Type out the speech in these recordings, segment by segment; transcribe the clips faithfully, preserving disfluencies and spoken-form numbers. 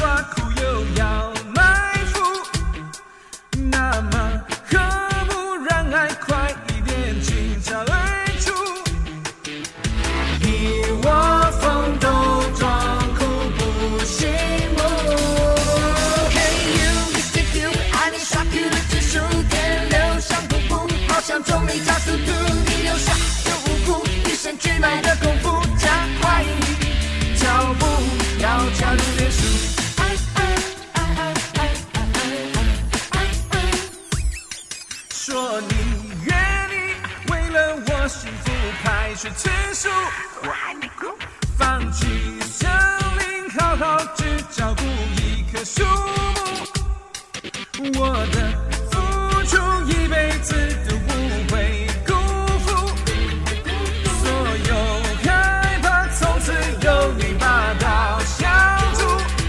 耍酷又要埋伏，那么何不让爱快一点倾巢而出？一窝蜂都装酷不醒目。Hey you, Mister Q， 爱你耍酷的指数电流像瀑布，好像重力加速度，你留下的无辜，与生俱来的功夫，加快脚步，要加入点数。说你愿意为了我幸福排水次数，放弃森林，好好只照顾一棵树木。我的付出一辈子都不会辜负，所有害怕从此有你把刀相助。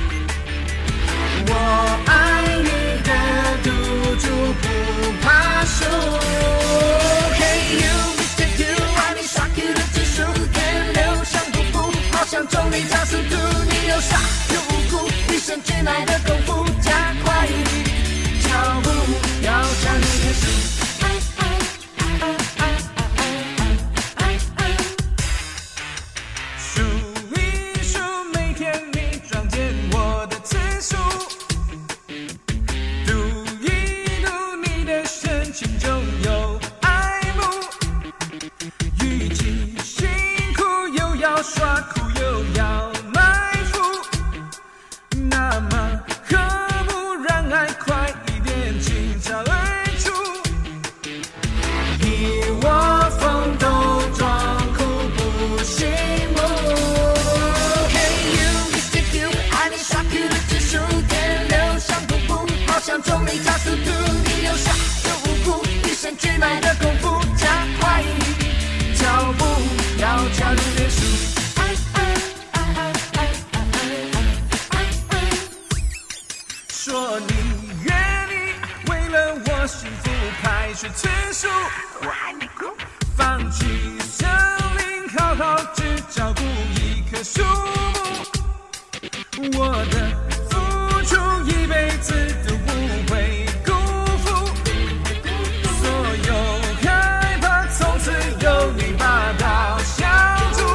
我爱你的赌注不怕输。Hey you, Mister Q， 爱你耍酷的指数电流像瀑布，好像重力加速度，你留下有无辜，与生俱来的功夫，加快脚步，要加入点数。数一数每天你撞见我的次数，读一读你的神情中有爱慕，与其辛苦又要耍酷又要埋伏，那么何不让爱快一点倾巢而出？一窝蜂都装酷不醒目。Hey you, Mister Q， 爱你耍酷的指数电流像瀑布，好像重力加速度，你留下的无辜，与生俱来的功夫，加快脚步，要加入点数。说你愿意为了我幸福排水次数，放弃森林，好好只照顾一棵树木。我的付出一辈子都不会辜负，所有害怕从此有你把刀相助。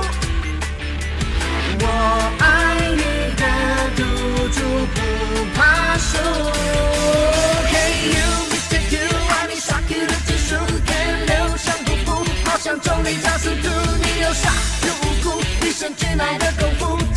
我爱你的赌注不怕输。Hey you, Mister Q， 爱你耍酷的指数电流像瀑布，好像重力加速度，你留下有无辜，与生俱来的功夫，